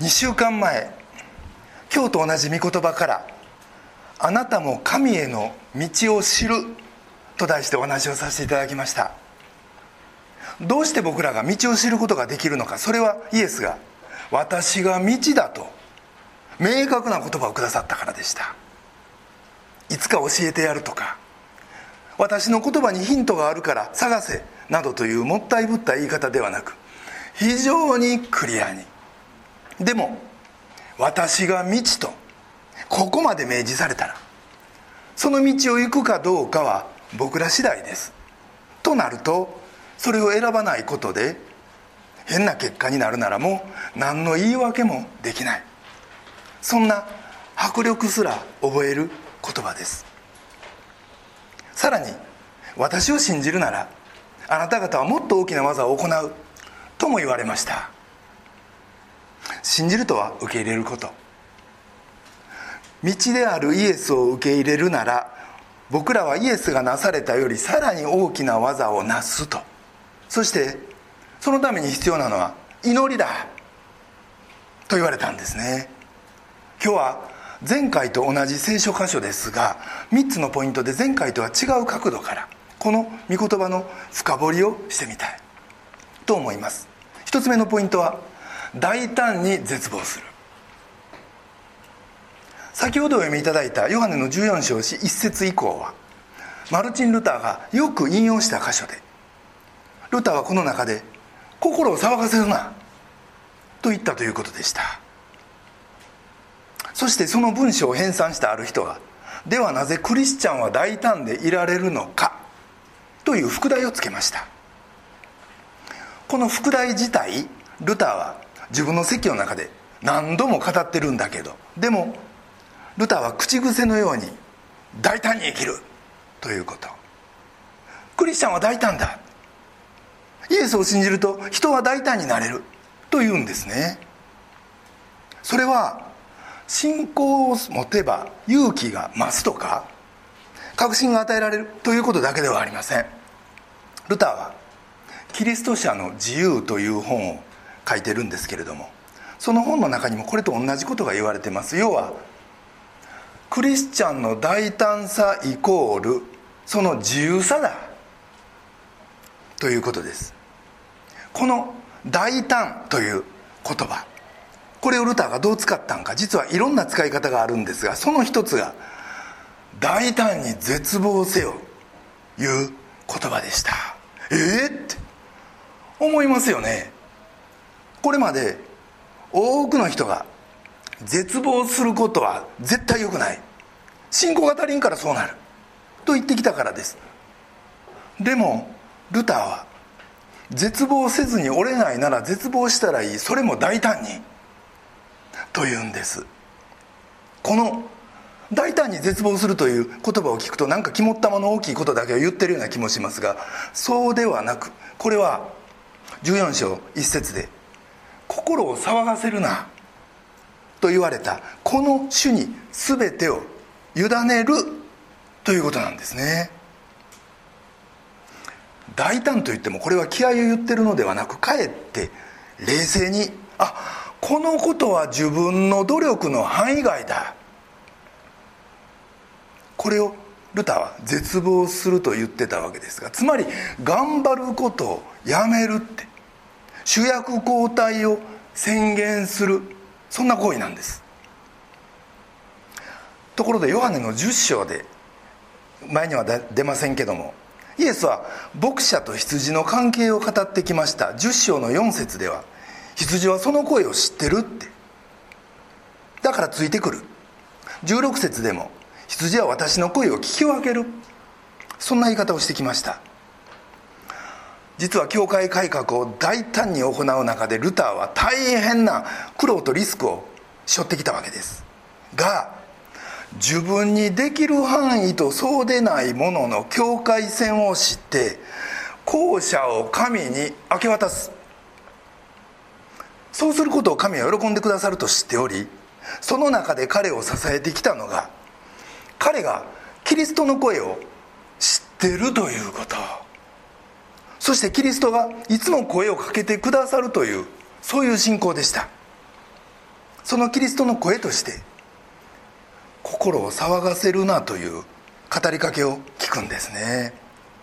2週間前、今日と同じ御言葉からあなたも神への道を知ると題してお話をさせていただきました。どうして僕らが道を知ることができるのか。それはイエスが私が道だと明確な言葉をくださったからでした。いつか教えてやるとか、私の言葉にヒントがあるから探せなどというもったいぶった言い方ではなく、非常にクリアに、でも私が道とここまで明示されたら、その道を行くかどうかは僕ら次第ですとなると、それを選ばないことで変な結果になるならもう何の言い訳もできない、そんな迫力すら覚える言葉です。さらに、私を信じるならあなた方はもっと大きな技を行うとも言われました。信じるとは受け入れること。道であるイエスを受け入れるなら、僕らはイエスがなされたよりさらに大きな技をなすと。そしてそのために必要なのは祈りだと言われたんですね。今日は前回と同じ聖書箇所ですが、3つのポイントで前回とは違う角度からこの御言葉の深掘りをしてみたいと思います。1つ目のポイントは、大胆に絶望する。先ほどお読みいただいたヨハネの14章1節以降は、マルチン・ルターがよく引用した箇所で、ルターはこの中で心を騒がせるなと言ったということでした。そしてその文章を編纂したある人が、ではなぜクリスチャンは大胆でいられるのかという副題をつけました。この副題自体、ルターは自分の説教の中で何度も語ってるんだけど、でもルターは口癖のように大胆に生きるということ。クリスチャンは大胆だ、イエスを信じると人は大胆になれるというんですね。それは信仰を持てば勇気が増すとか確信が与えられるということだけではありません。ルターはキリスト者の自由という本を書いてるんですけれども、その本の中にもこれと同じことが言われています。要はクリスチャンの大胆さイコールその自由さだということです。この大胆という言葉、これをルターがどう使ったのか、実はいろんな使い方があるんですが、その一つが大胆に絶望せよいう言葉でした。って思いますよね。これまで多くの人が絶望することは絶対良くない、信仰が足りんからそうなると言ってきたからです。でもルターは絶望せずに折れないなら絶望したらいい、それも大胆にというんです。この大胆に絶望するという言葉を聞くと、なんか肝っ玉の大きいことだけを言ってるような気もしますが、そうではなく、これは14章1節で心を騒がせるなと言われたこの主に全てを委ねるということなんですね。大胆といってもこれは気合を言ってるのではなく、かえって冷静に、このことは自分の努力の範囲外だ、これをルターは絶望すると言ってたわけですが、つまり頑張ることをやめるって、主役交代を宣言する、そんな行為なんです。ところでヨハネの10章で、前には出ませんけども、イエスは牧者と羊の関係を語ってきました。10章の4節では、羊はその声を知ってるって、だからついてくる。16節でも、羊は私の声を聞き分ける、そんな言い方をしてきました。実は教会改革を大胆に行う中で、ルターは大変な苦労とリスクを背負ってきたわけですが、自分にできる範囲とそうでないものの境界線を知って、後者を神に明け渡す、そうすることを神は喜んでくださると知っており、その中で彼を支えてきたのが、彼がキリストの声を知っているということ、そしてキリストがいつも声をかけてくださるという、そういう信仰でした。 そのキリストの声として心を騒がせるなという語りかけを聞くんですね。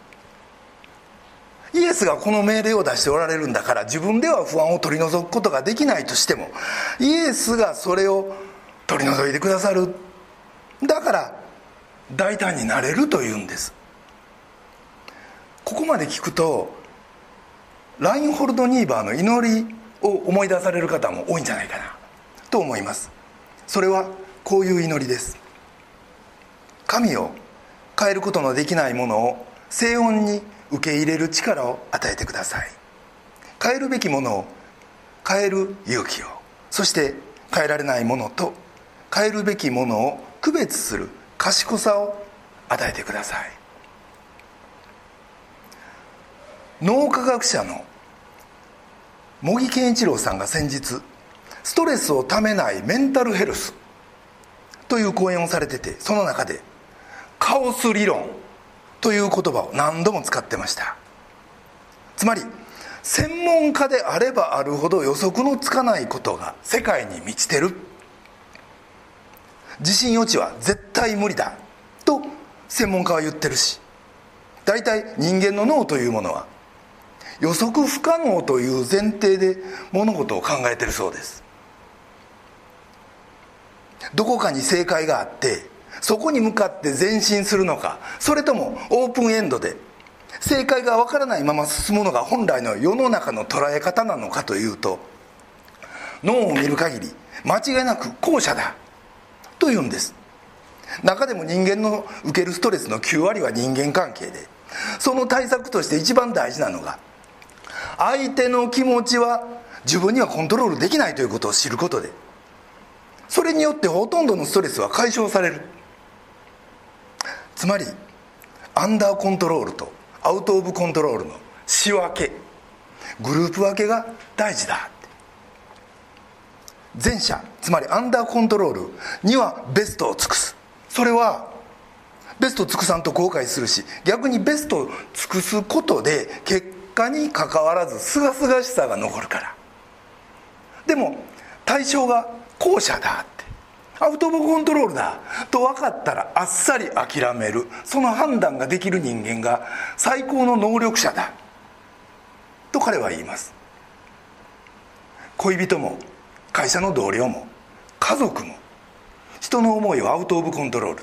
イエスがこの命令を出しておられるんだから、自分では不安を取り除くことができないとしても、イエスがそれを取り除いてくださる。だから大胆になれるというんです。ここまで聞くとラインホルド・ニーバーの祈りを思い出される方も多いんじゃないかなと思います。それはこういう祈りです。神よ、変えることのできないものを静穏に受け入れる力を与えてください。変えるべきものを変える勇気を、そして変えられないものと変えるべきものを区別する賢さを与えてください。脳科学者の茂木健一郎さんが先日、ストレスをためないメンタルヘルスという講演をされてて、その中でカオス理論という言葉を何度も使ってました。つまり専門家であればあるほど予測のつかないことが世界に満ちてる、地震予知は絶対無理だと専門家は言ってるし、大体人間の脳というものは予測不可能という前提で物事を考えているそうです。どこかに正解があってそこに向かって前進するのか、それともオープンエンドで正解がわからないまま進むのが本来の世の中の捉え方なのかというと、脳を見る限り間違いなく後者だというんです。中でも人間の受けるストレスの9割は人間関係で、その対策として一番大事なのが、相手の気持ちは自分にはコントロールできないということを知ることで、それによってほとんどのストレスは解消される。つまりアンダーコントロールとアウトオブコントロールの仕分け、グループ分けが大事だ。前者、つまりアンダーコントロールにはベストを尽くす。それはベストを尽くさんと後悔するし、逆にベストを尽くすことで結果にかかわらずすがすがしさが残るから。でも対象が後者だって、アウトオブコントロールだと分かったらあっさり諦める、その判断ができる人間が最高の能力者だと彼は言います。恋人も会社の同僚も家族も人の思いはアウトオブコントロール。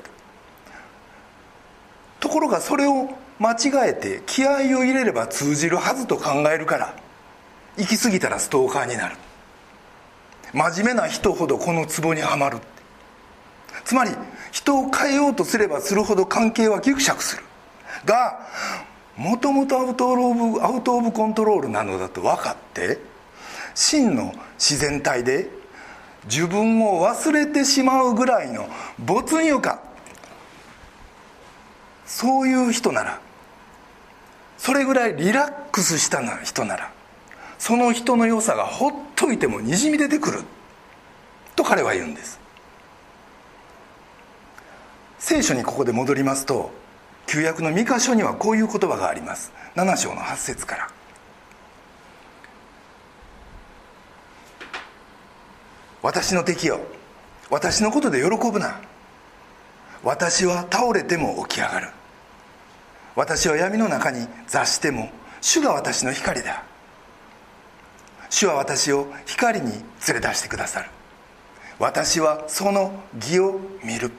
ところがそれを間違えて気合を入れれば通じるはずと考えるから、行き過ぎたらストーカーになる。真面目な人ほどこのツボにはまる。つまり人を変えようとすればするほど関係はギクシャクするが、もともとアウトオブコントロールなのだと分かって、真の自然体で自分を忘れてしまうぐらいの没入感、そういう人なら、それぐらいリラックスした人なら、その人の良さがほっといてもにじみ出てくると彼は言うんです。聖書にここで戻りますと、旧約のミカ書にはこういう言葉があります。7章の8節から、私の敵よ、私のことで喜ぶな。私は倒れても起き上がる。私は闇の中に座しても主が私の光だ。主は私を光に連れ出してくださる。私はその義を見る。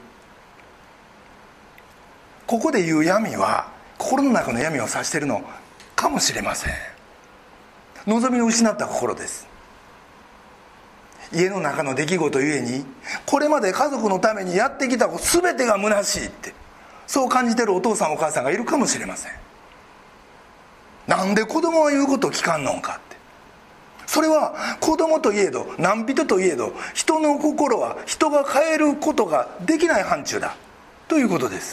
ここで言う闇は心の中の闇を指しているのかもしれません。望みを失った心です。家の中の出来事ゆえに、これまで家族のためにやってきたこと全てが虚しいって、そう感じているお父さんお母さんがいるかもしれません。なんで子供は言うことを聞かんのんかって。それは子供といえど何人といえど、人の心は人が変えることができない範疇だということです。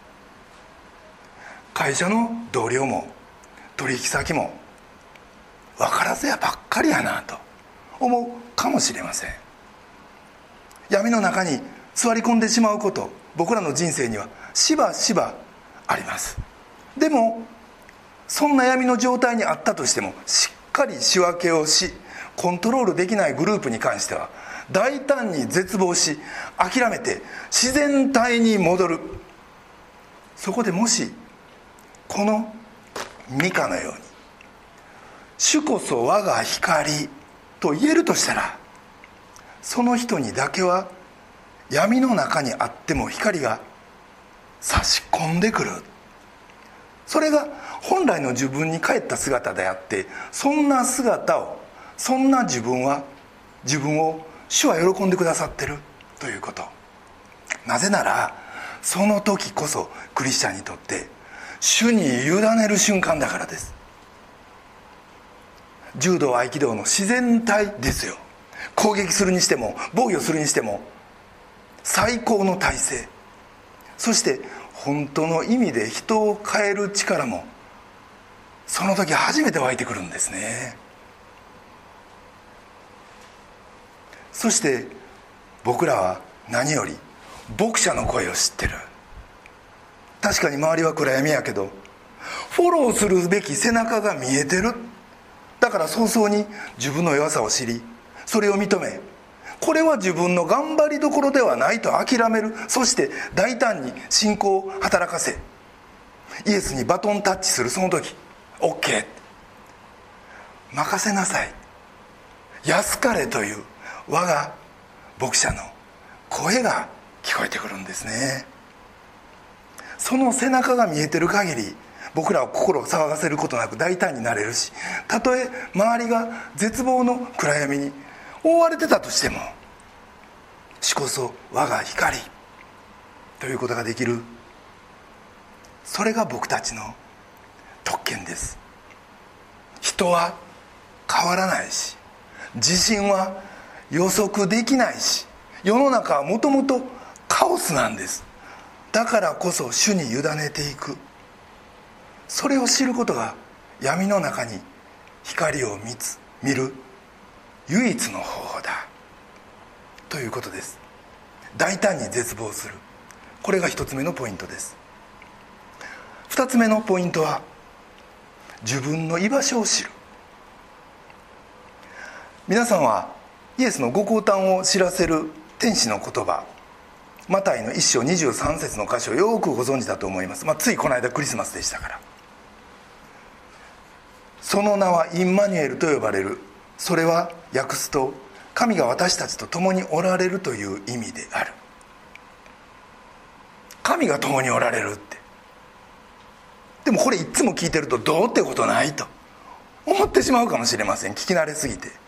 会社の同僚も取引先も分からずやばっかりやなと思うかもしれません。闇の中に座り込んでしまうこと、僕らの人生にはしばしばあります。でもそんな闇の状態にあったとしても、しっかり仕分けをし、コントロールできないグループに関しては大胆に絶望し諦めて自然体に戻る。そこでもしこのミカのように主こそ我が光と言えるとしたら、その人にだけは闇の中にあっても光が差し込んでくる。それが本来の自分に帰った姿であって、そんな姿を、そんな自分を主は喜んでくださってるということ。なぜならその時こそクリスチャンにとって主に委ねる瞬間だからです。柔道合気道の自然体ですよ。攻撃するにしても防御するにしても最高の体制、そして本当の意味で人を変える力もその時初めて湧いてくるんですね。そして僕らは何より牧者の声を知ってる。確かに周りは暗闇やけどフォローするべき背中が見えてる。だから早々に自分の弱さを知り、それを認め、これは自分の頑張りどころではないと諦める。そして大胆に信仰を働かせ、イエスにバトンタッチする。その時 OK、 任せなさい、安かれという我が牧者の声が聞こえてくるんですね。その背中が見えてる限り僕らは心を騒がせることなく大胆になれるし、たとえ周りが絶望の暗闇に覆われてたとしても、主こそ我が光ということができる。それが僕たちの特権です。人は変わらないし、地震は予測できないし、世の中はもともとカオスなんです。だからこそ主に委ねていく、それを知ることが闇の中に光を見る唯一の方法だということです。大胆に絶望する、これが一つ目のポイントです。二つ目のポイントは自分の居場所を知る。皆さんはイエスのご降誕を知らせる天使の言葉、マタイの1章23節の箇所をよくご存知だと思います。ついこの間クリスマスでしたから。その名はインマニュエルと呼ばれる。それは訳すと神が私たちと共におられるという意味である。神が共におられるって、でもこれいつも聞いてるとどうってことないと思ってしまうかもしれません。聞き慣れすぎて。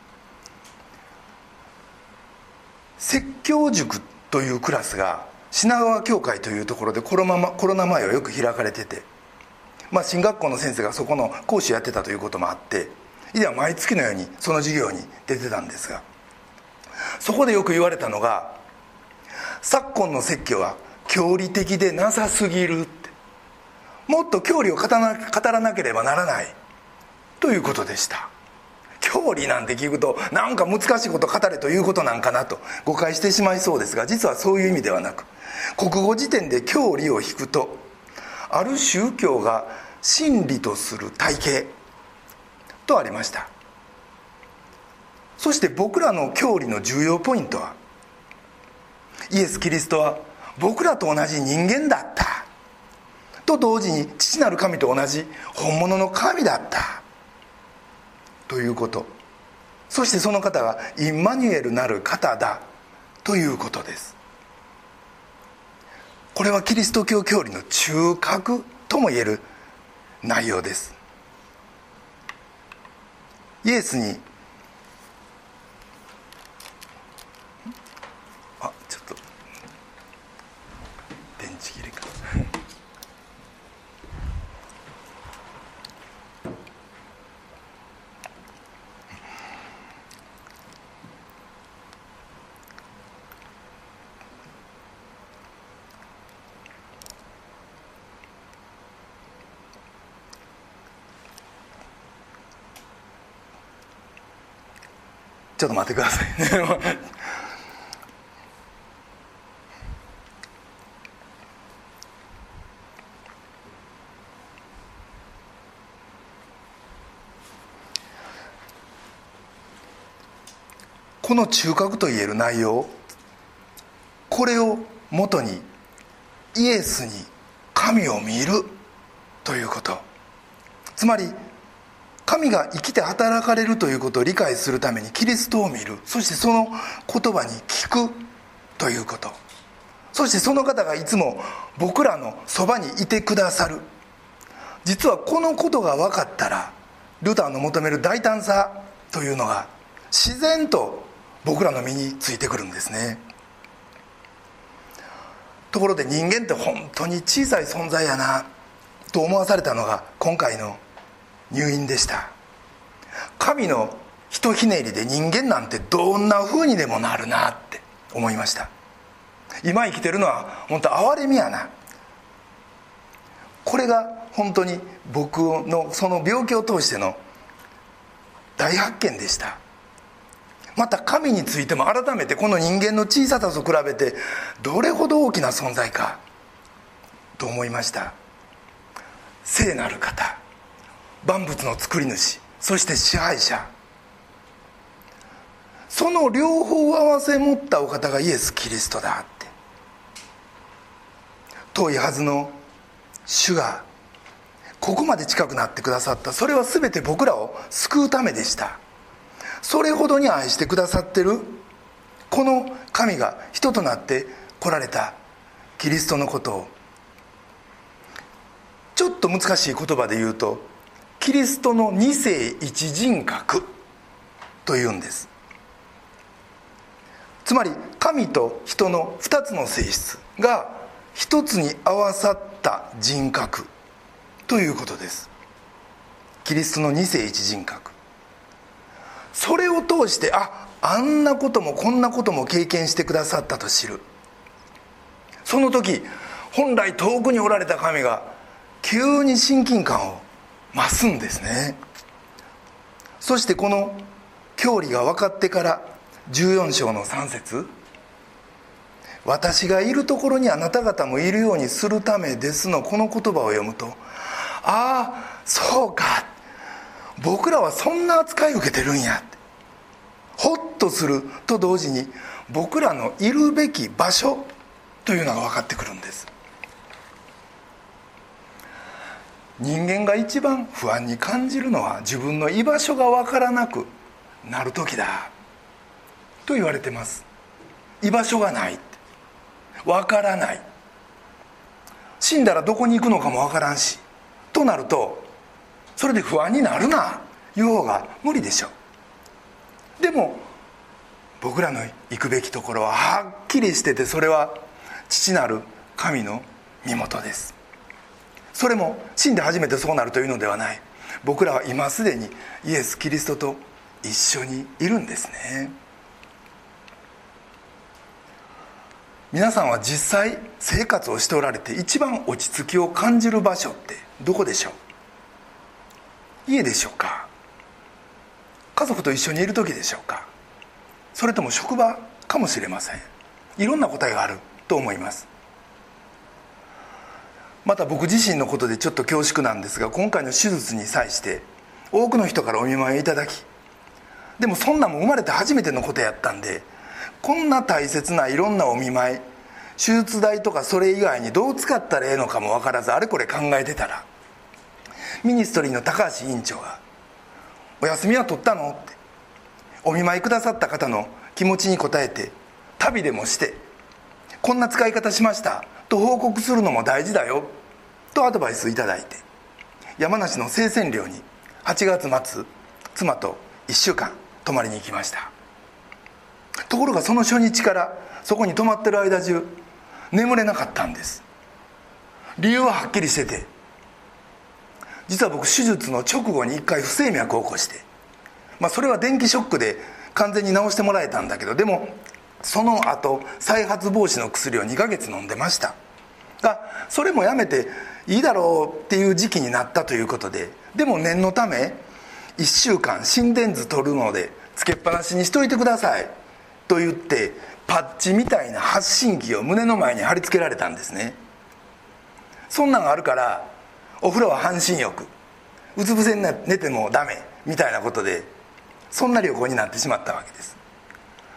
説教塾というクラスが品川教会というところでコロナ前はよく開かれてて、進学校の先生がそこの講師やってたということもあって、以前は毎月のようにその授業に出てたんですが、そこでよく言われたのが、昨今の説教は教理的でなさすぎるって、もっと教理を語らなければならないということでした。教理なんて聞くとなんか難しいこと語れということなんかなと誤解してしまいそうですが、実はそういう意味ではなく、国語辞典で教理を引くと、ある宗教が真理とする体系とありました。そして僕らの教理の重要ポイントは、イエス・キリストは僕らと同じ人間だったと同時に父なる神と同じ本物の神だったということ、そしてその方がインマニュエルなる方だということです。これはキリスト教教理の中核とも言える内容です。イエスにちょっと電池切れかちょっと待ってくださいねこの中核といえる内容、これをもとにイエスに神を見るということ、つまり神が生きて働かれるということを理解するためにキリストを見る、そしてその言葉に聞くということ、そしてその方がいつも僕らのそばにいてくださる。実はこのことが分かったら、ルターの求める大胆さというのが自然と僕らの身についてくるんですね。ところで人間って本当に小さい存在やなと思わされたのが今回の入院でした。神のひとひねりで人間なんてどんな風にでもなるなって思いました。今生きてるのは本当哀れみやな。これが本当に僕のその病気を通しての大発見でした。また神についても改めてこの人間の小ささと比べてどれほど大きな存在かと思いました。聖なる方、万物の作り主、そして支配者、その両方を併せ持ったお方がイエス・キリストだって。遠いはずの主がここまで近くなってくださった。それは全て僕らを救うためでした。それほどに愛してくださってるこの神が人となって来られたキリストのことを、ちょっと難しい言葉で言うとキリストの二世一人格というんです。つまり神と人の二つの性質が一つに合わさった人格ということです。キリストの二世一人格、それを通してあんなこともこんなことも経験してくださったと知る。その時本来遠くにおられた神が急に親近感を増すんですね。そしてこの教理が分かってから14章の3節、私がいるところにあなた方もいるようにするためですのこの言葉を読むと、ああそうか、僕らはそんな扱いを受けてるんやって、ほっとすると同時に僕らのいるべき場所というのが分かってくるんです。人間が一番不安に感じるのは自分の居場所が分からなくなる時だと言われてます。居場所がない、分からない、死んだらどこに行くのかも分からんしとなると、それで不安になるないう方が無理でしょう。でも僕らの行くべきところははっきりしてて、それは父なる神の身元です。それも死んで初めてそうなるというのではない。僕らは今すでにイエス・キリストと一緒にいるんですね。皆さんは実際生活をしておられて一番落ち着きを感じる場所ってどこでしょう？家でしょうか？家族と一緒にいる時でしょうか？それとも職場かもしれません。いろんな答えがあると思います。また僕自身のことでちょっと恐縮なんですが、今回の手術に際して多くの人からお見舞いをいただき、でもそんなも生まれて初めてのことやったんで、こんな大切ないろんなお見舞い、手術代とかそれ以外にどう使ったらええのかも分からずあれこれ考えてたら、ミニストリーの高橋委員長が「お休みは取ったの?」ってお見舞いくださった方の気持ちに応えて、旅でもしてこんな使い方しましたと報告するのも大事だよとアドバイスいただいて、山梨の生鮮寮に8月末妻と1週間泊まりに行きました。ところがその初日からそこに泊まってる間中眠れなかったんです。理由ははっきりしてて、実は僕手術の直後に1回不整脈を起こして、それは電気ショックで完全に治してもらえたんだけど、でもその後再発防止の薬を2ヶ月飲んでましたが、それもやめていいだろうっていう時期になったということで、でも念のため1週間心電図取るのでつけっぱなしにしといてくださいと言って、パッチみたいな発信機を胸の前に貼り付けられたんですね。そんなんがあるからお風呂は半身浴、うつ伏せに寝てもダメみたいなことで、そんな旅行になってしまったわけです。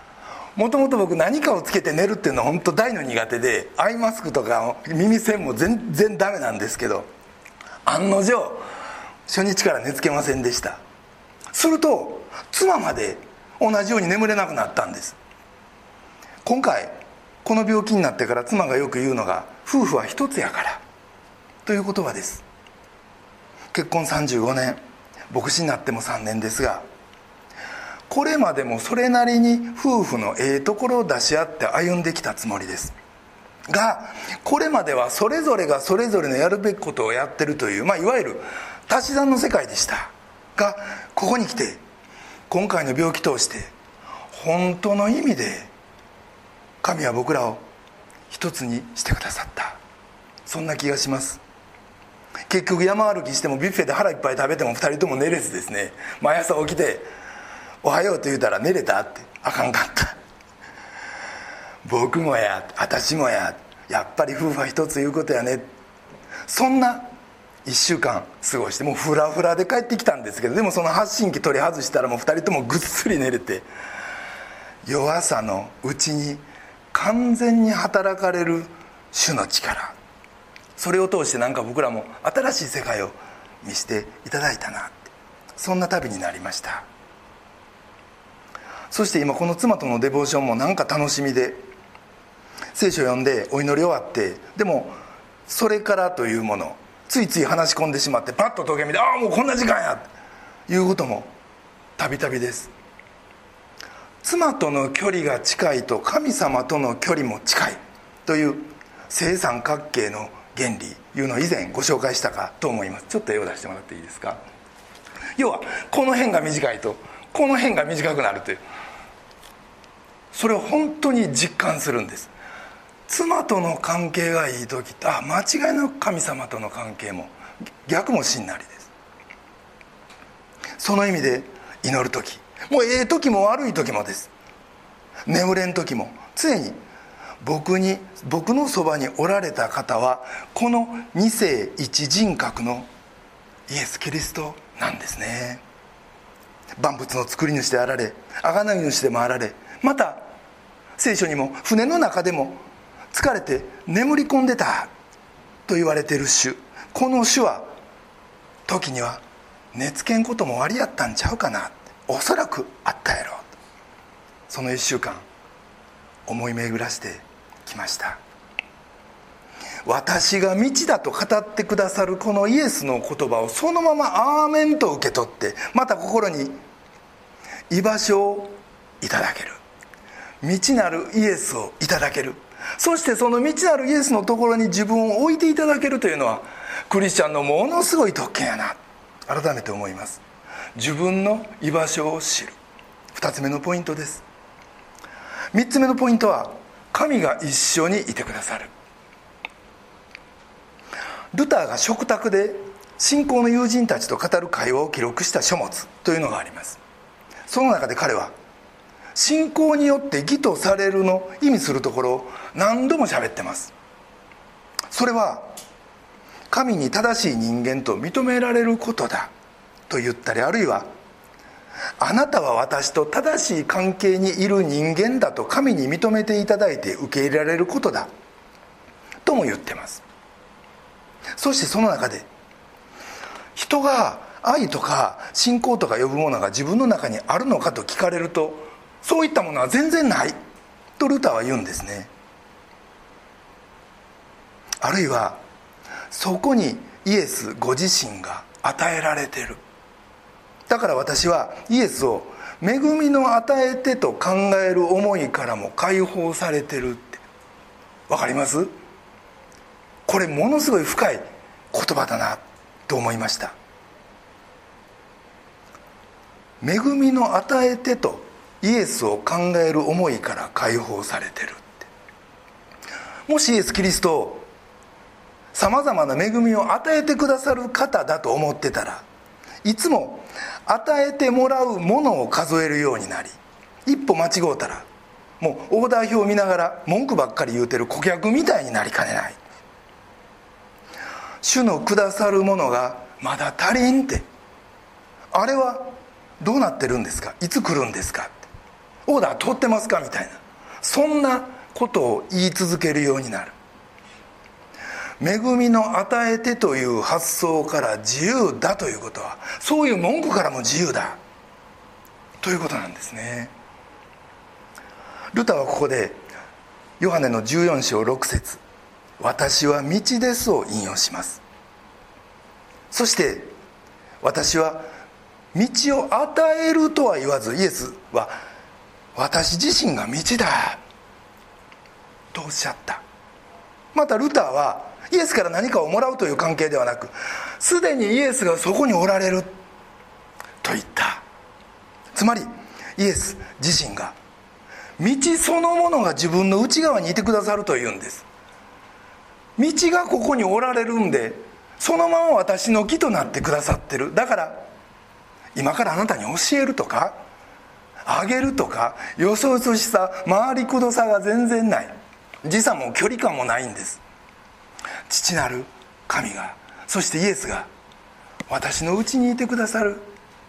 もともと僕何かをつけて寝るっていうのは本当大の苦手で、アイマスクとか耳栓も全然ダメなんですけど、案の定初日から寝つけませんでした。すると妻まで同じように眠れなくなったんです。今回この病気になってから妻がよく言うのが、夫婦は一つやからという言葉です。結婚35年、牧師になっても3年ですが、これまでもそれなりに夫婦のところを出し合って歩んできたつもりですが、これまではそれぞれがそれぞれのやるべきことをやってるという、いわゆる足し算の世界でしたが、ここに来て今回の病気通して本当の意味で神は僕らを一つにしてくださった、そんな気がします。結局山歩きしてもビュッフェで腹いっぱい食べても2人とも寝れずですね、毎朝起きておはようと言うたら寝れたって、あかんかった、僕もや私もやっぱり夫婦は一ついうことやね、そんな1週間過ごして、もうフラフラで帰ってきたんですけど、でもその発信機取り外したらもう2人ともぐっすり寝れて、弱さのうちに完全に働かれる主の力、それを通して僕らも新しい世界を見せていただいたなって、そんな旅になりました。そして今この妻とのデボーションも楽しみで、聖書を読んでお祈り終わって、でもそれからというものついつい話し込んでしまって、パッと時計見て、ああもうこんな時間やということもたびたびです。妻との距離が近いと神様との距離も近いという正三角形の原理いうのを以前ご紹介したかと思います。ちょっと絵を出してもらっていいですか。要はこの辺が短いとこの辺が短くなるという、それを本当に実感するんです。妻との関係がいい時って、間違いなく神様との関係も逆もしんなりです。その意味で祈る時もう時も悪い時もです。眠れん時も常に僕のそばにおられた方はこの二世一人格のイエス・キリストなんですね。万物の作り主であられ、贖い主でもあられ、また聖書にも船の中でも疲れて眠り込んでたと言われている主、この主は時には寝つけんこともありやったんちゃうかな、おそらくあったやろう。その1週間思い巡らしてきました。私が道だと語ってくださるこのイエスの言葉をそのままアーメンと受け取って、また心に居場所をいただける、道なるイエスをいただける、そしてその道なるイエスのところに自分を置いていただけるというのはクリスチャンのものすごい特権やな、改めて思います。自分の居場所を知る、2つ目のポイントです。3つ目のポイントは神が一緒にいてくださる。ルターが食卓で信仰の友人たちと語る会話を記録した書物というのがあります。その中で彼は信仰によって義とされるの意味するところを何度も喋ってます。それは神に正しい人間と認められることだと言ったり、あるいはあなたは私と正しい関係にいる人間だと神に認めていただいて受け入れられることだとも言ってます。そしてその中で人が愛とか信仰とか呼ぶものが自分の中にあるのかと聞かれると、そういったものは全然ないとルターは言うんですね。あるいはそこにイエスご自身が与えられている、だから私はイエスを恵みの与えてと考える思いからも解放されてるって、わかります？これものすごい深い言葉だなと思いました。恵みの与えてとイエスを考える思いから解放されてるって。もしイエス・キリストをさまざまな恵みを与えてくださる方だと思ってたら、いつも与えてもらうものを数えるようになり、一歩間違うたらもうオーダー表を見ながら文句ばっかり言うてる顧客みたいになりかねない。主のくださるものがまだ足りんって、あれはどうなってるんですか、いつ来るんですか、オーダー通ってますかみたいな、 そんなことを言い続けるようになる。恵みの与えてという発想から自由だということは、そういう文句からも自由だということなんですね。ルターはここでヨハネの14章6節、私は道ですを引用します。そして私は道を与えるとは言わず、イエスは私自身が道だとおっしゃった。またルターはイエスから何かをもらうという関係ではなく、すでにイエスがそこにおられると言った。つまりイエス自身が、道そのものが自分の内側にいてくださるというんです。道がここにおられるんで、そのまま私の義となってくださってる。だから今からあなたに教えるとかあげるとか、よそよそしさ、回りくどさが全然ない、時差も距離感もないんです。父なる神が、そしてイエスが私のうちにいてくださる。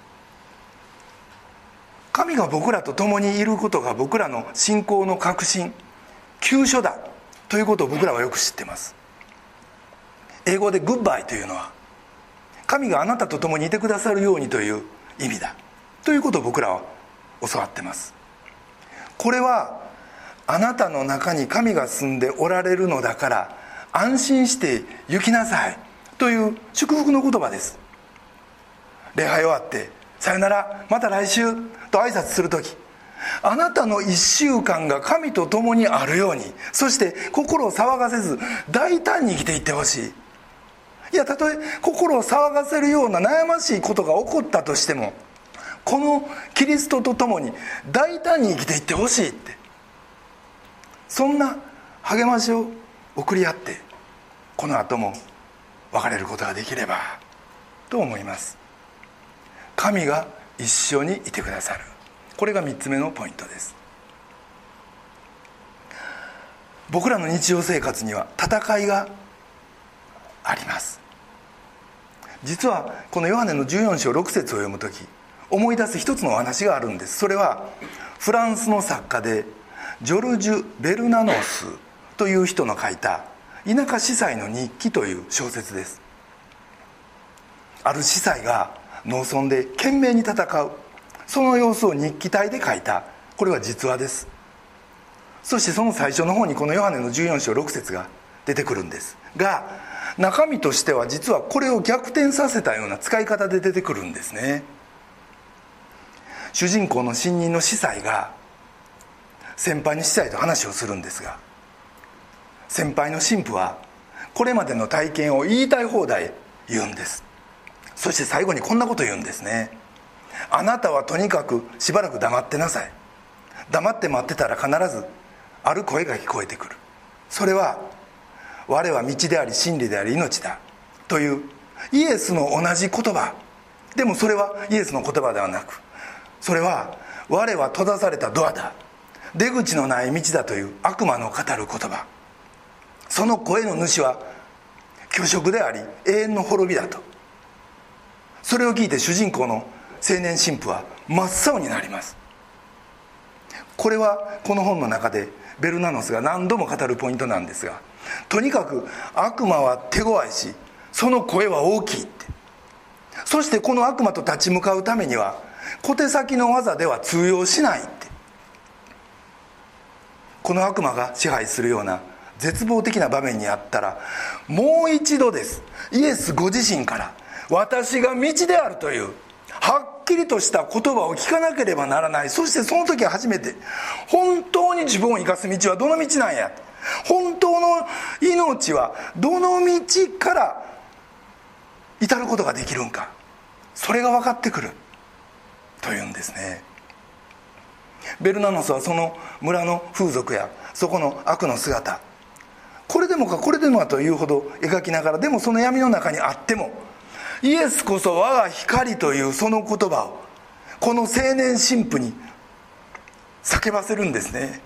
神が僕らと共にいることが僕らの信仰の確信、急所だということを僕らはよく知っています。英語でグッバイというのは、神があなたと共にいてくださるようにという意味だということを僕らは教わっています。これはあなたの中に神が住んでおられるのだから安心して行きなさいという祝福の言葉です。礼拝終わってさよならまた来週と挨拶するとき、あなたの1週間が神と共にあるように、そして心を騒がせず大胆に生きていってほしい。いや、たとえ心を騒がせるような悩ましいことが起こったとしても、このキリストと共に大胆に生きていってほしいって、そんな励ましを送り合って、この後も別れることができればと思います。神が一緒にいてくださる、これが3つ目のポイントです。僕らの日常生活には戦いがあります。実はこのヨハネの14章6節を読むとき、思い出す一つのお話があるんです。それはフランスの作家でジョルジュ・ベルナノスという人の書いた田舎司祭の日記という小説です。ある司祭が農村で懸命に戦う、その様子を日記体で書いた、これは実話です。そしてその最初の方にこのヨハネの14章6節が出てくるんですが、中身としては実はこれを逆転させたような使い方で出てくるんですね。主人公の新任の司祭が先輩の司祭と話をするんですが、先輩の神父はこれまでの体験を言いたい放題言うんです。そして最後にこんなこと言うんですね。あなたはとにかくしばらく黙ってなさい。黙って待ってたら必ずある声が聞こえてくる。それは我は道であり真理であり命だというイエスの同じ言葉。でもそれはイエスの言葉ではなく、それは我は閉ざされたドアだ、出口のない道だという悪魔の語る言葉。その声の主は虚飾であり永遠の滅びだと。それを聞いて主人公の青年神父は真っ青になります。これはこの本の中でベルナノスが何度も語るポイントなんですが、とにかく悪魔は手強いし、その声は大きいって。そしてこの悪魔と立ち向かうためには小手先の技では通用しないって。この悪魔が支配するような絶望的な場面にあったら、もう一度です、イエスご自身から私が道であるというはっきりとした言葉を聞かなければならない。そしてその時初めて本当に自分を生かす道はどの道なんや、本当の命はどの道から至ることができるんか、それが分かってくるというんですね。ベルナノスはその村の風俗やそこの悪の姿、これでもかこれでもかというほど描きながら、でもその闇の中にあってもイエスこそ我が光というその言葉をこの青年神父に叫ばせるんですね。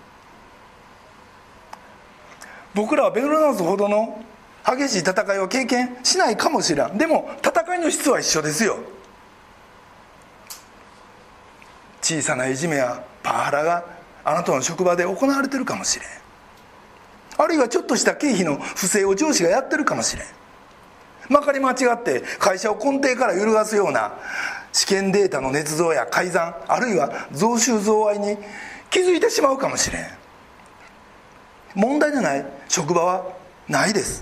僕らはベルナノスほどの激しい戦いを経験しないかもしれん。でも戦いの質は一緒ですよ。小さないじめやパワハラがあなたの職場で行われているかもしれん。あるいはちょっとした経費の不正を上司がやってるかもしれん。まかり間違って会社を根底から揺るがすような試験データの捏造や改ざん、あるいは増収増愛に気づいてしまうかもしれん。問題のない職場はないです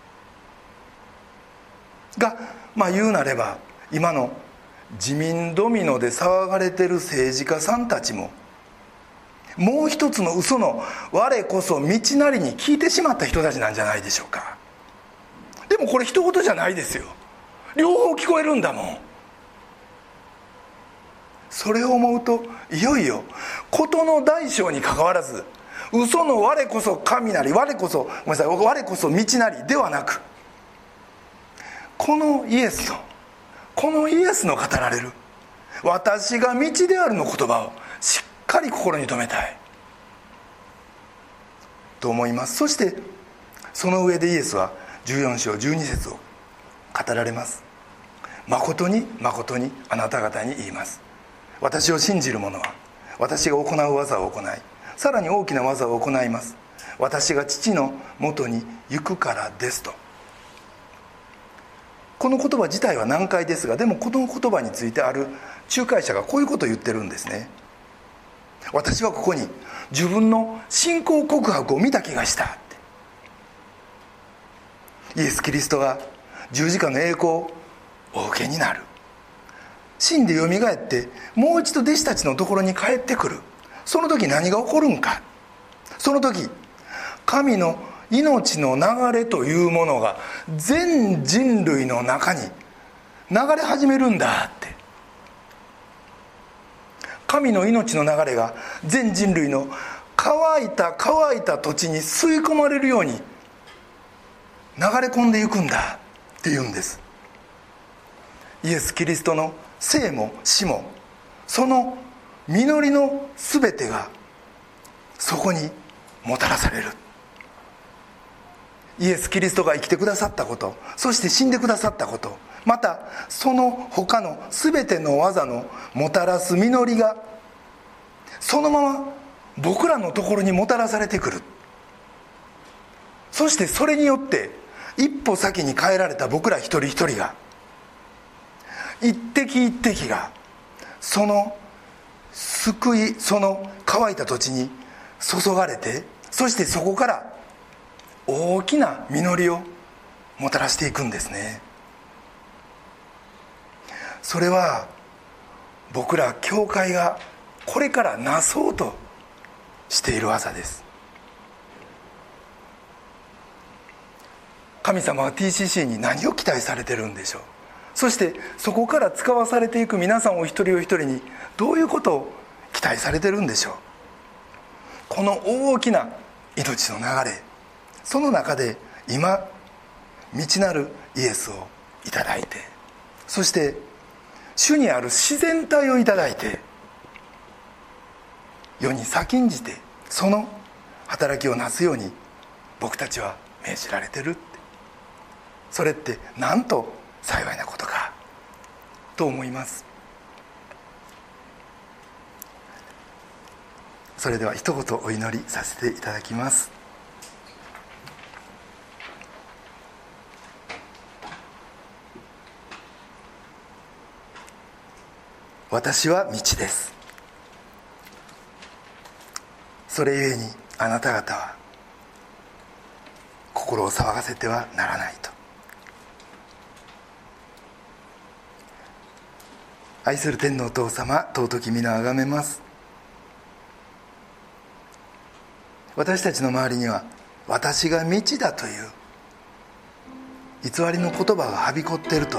が、言うなれば今の自民ドミノで騒がれている政治家さんたちももう一つの嘘の我こそ道なりに聞いてしまった人たちなんじゃないでしょうか。でもこれ一言じゃないですよ。両方聞こえるんだもん。それを思うといよいよ事の大小にかかわらず、嘘の我こそ神なり、我こそ道なりではなく、このイエスの語られる私が道であるの言葉をしっかり心に留めたいと思います。そしてその上でイエスは14章12節を語られます。誠に誠にあなた方に言います。私を信じる者は私が行う技を行い、さらに大きな技を行います。私が父のもとに行くからですと。この言葉自体は難解ですが、でもこの言葉についてある仲介者がこういうことを言ってるんですね。私はここに自分の信仰告白を見た気がしたって。イエス・キリストが十字架の栄光をお受けになる、死んでよみがえってもう一度弟子たちのところに帰ってくる。その時何が起こるんか。その時神の命の流れというものが全人類の中に流れ始めるんだって。神の命の流れが全人類の乾いた土地に吸い込まれるように流れ込んでいくんだっていうんです。イエス・キリストの生も死も、その実りの全てがそこにもたらされる。イエス・キリストが生きてくださったこと、そして死んでくださったこと、またその他の全ての技のもたらす実りがそのまま僕らのところにもたらされてくる。そしてそれによって一歩先に変えられた僕ら一人一人が、一滴一滴がその救い、その乾いた土地に注がれて、そしてそこから大きな実りをもたらしていくんですね。それは僕ら教会がこれからなそうとしている技です。神様は TCC に何を期待されてるんでしょう。そしてそこから使わされていく皆さんお一人お一人にどういうことを期待されてるんでしょう。この大きな命の流れ、その中で今道なるイエスをいただいて、そして主にある自然体をいただいて、世に先んじてその働きをなすように僕たちは命じられてるって。それってなんと幸いなことかと思います。それでは一言お祈りさせていただきます。私は道です。それゆえにあなた方は心を騒がせてはならないと。愛する天のお父様、尊き皆をあがめます。私たちの周りには私が道だという偽りの言葉がはびこっていると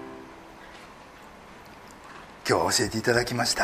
今日は教えていただきました。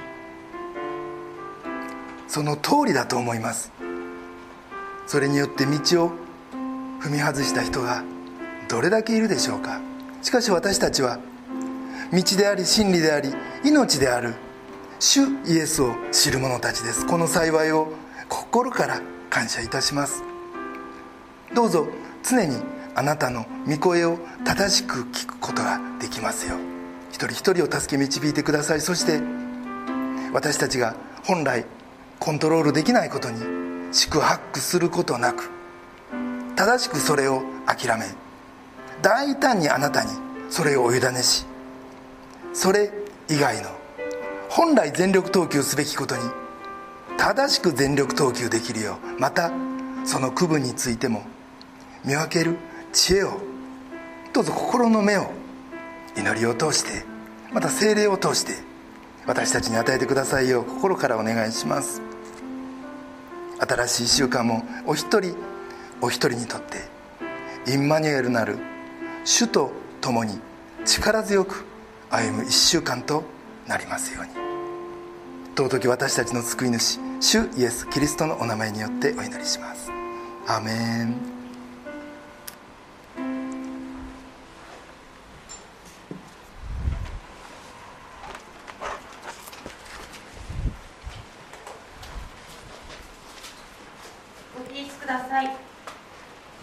その通りだと思います。それによって道を踏み外した人がどれだけいるでしょうか。しかし私たちは道であり真理であり命である主イエスを知る者たちです。この幸いを心から感謝いたします。どうぞ常にあなたの御声を正しく聞くことができますよう一人一人を助け導いてください。そして私たちが本来コントロールできないことに四苦八苦することなく、正しくそれを諦め、大胆にあなたにそれをお委ねし、それ以外の本来全力投球すべきことに正しく全力投球できるよう、またその区分についても見分ける知恵を、どうぞ心の目を祈りを通して、また聖霊を通して私たちに与えてくださいよう心からお願いします。新しい1週間もお一人お一人にとってインマニュエルなる主と共に力強く歩む1週間となりますように。尊き私たちの救い主、主イエス・キリストのお名前によってお祈りします。アーメン。 ご起立ください。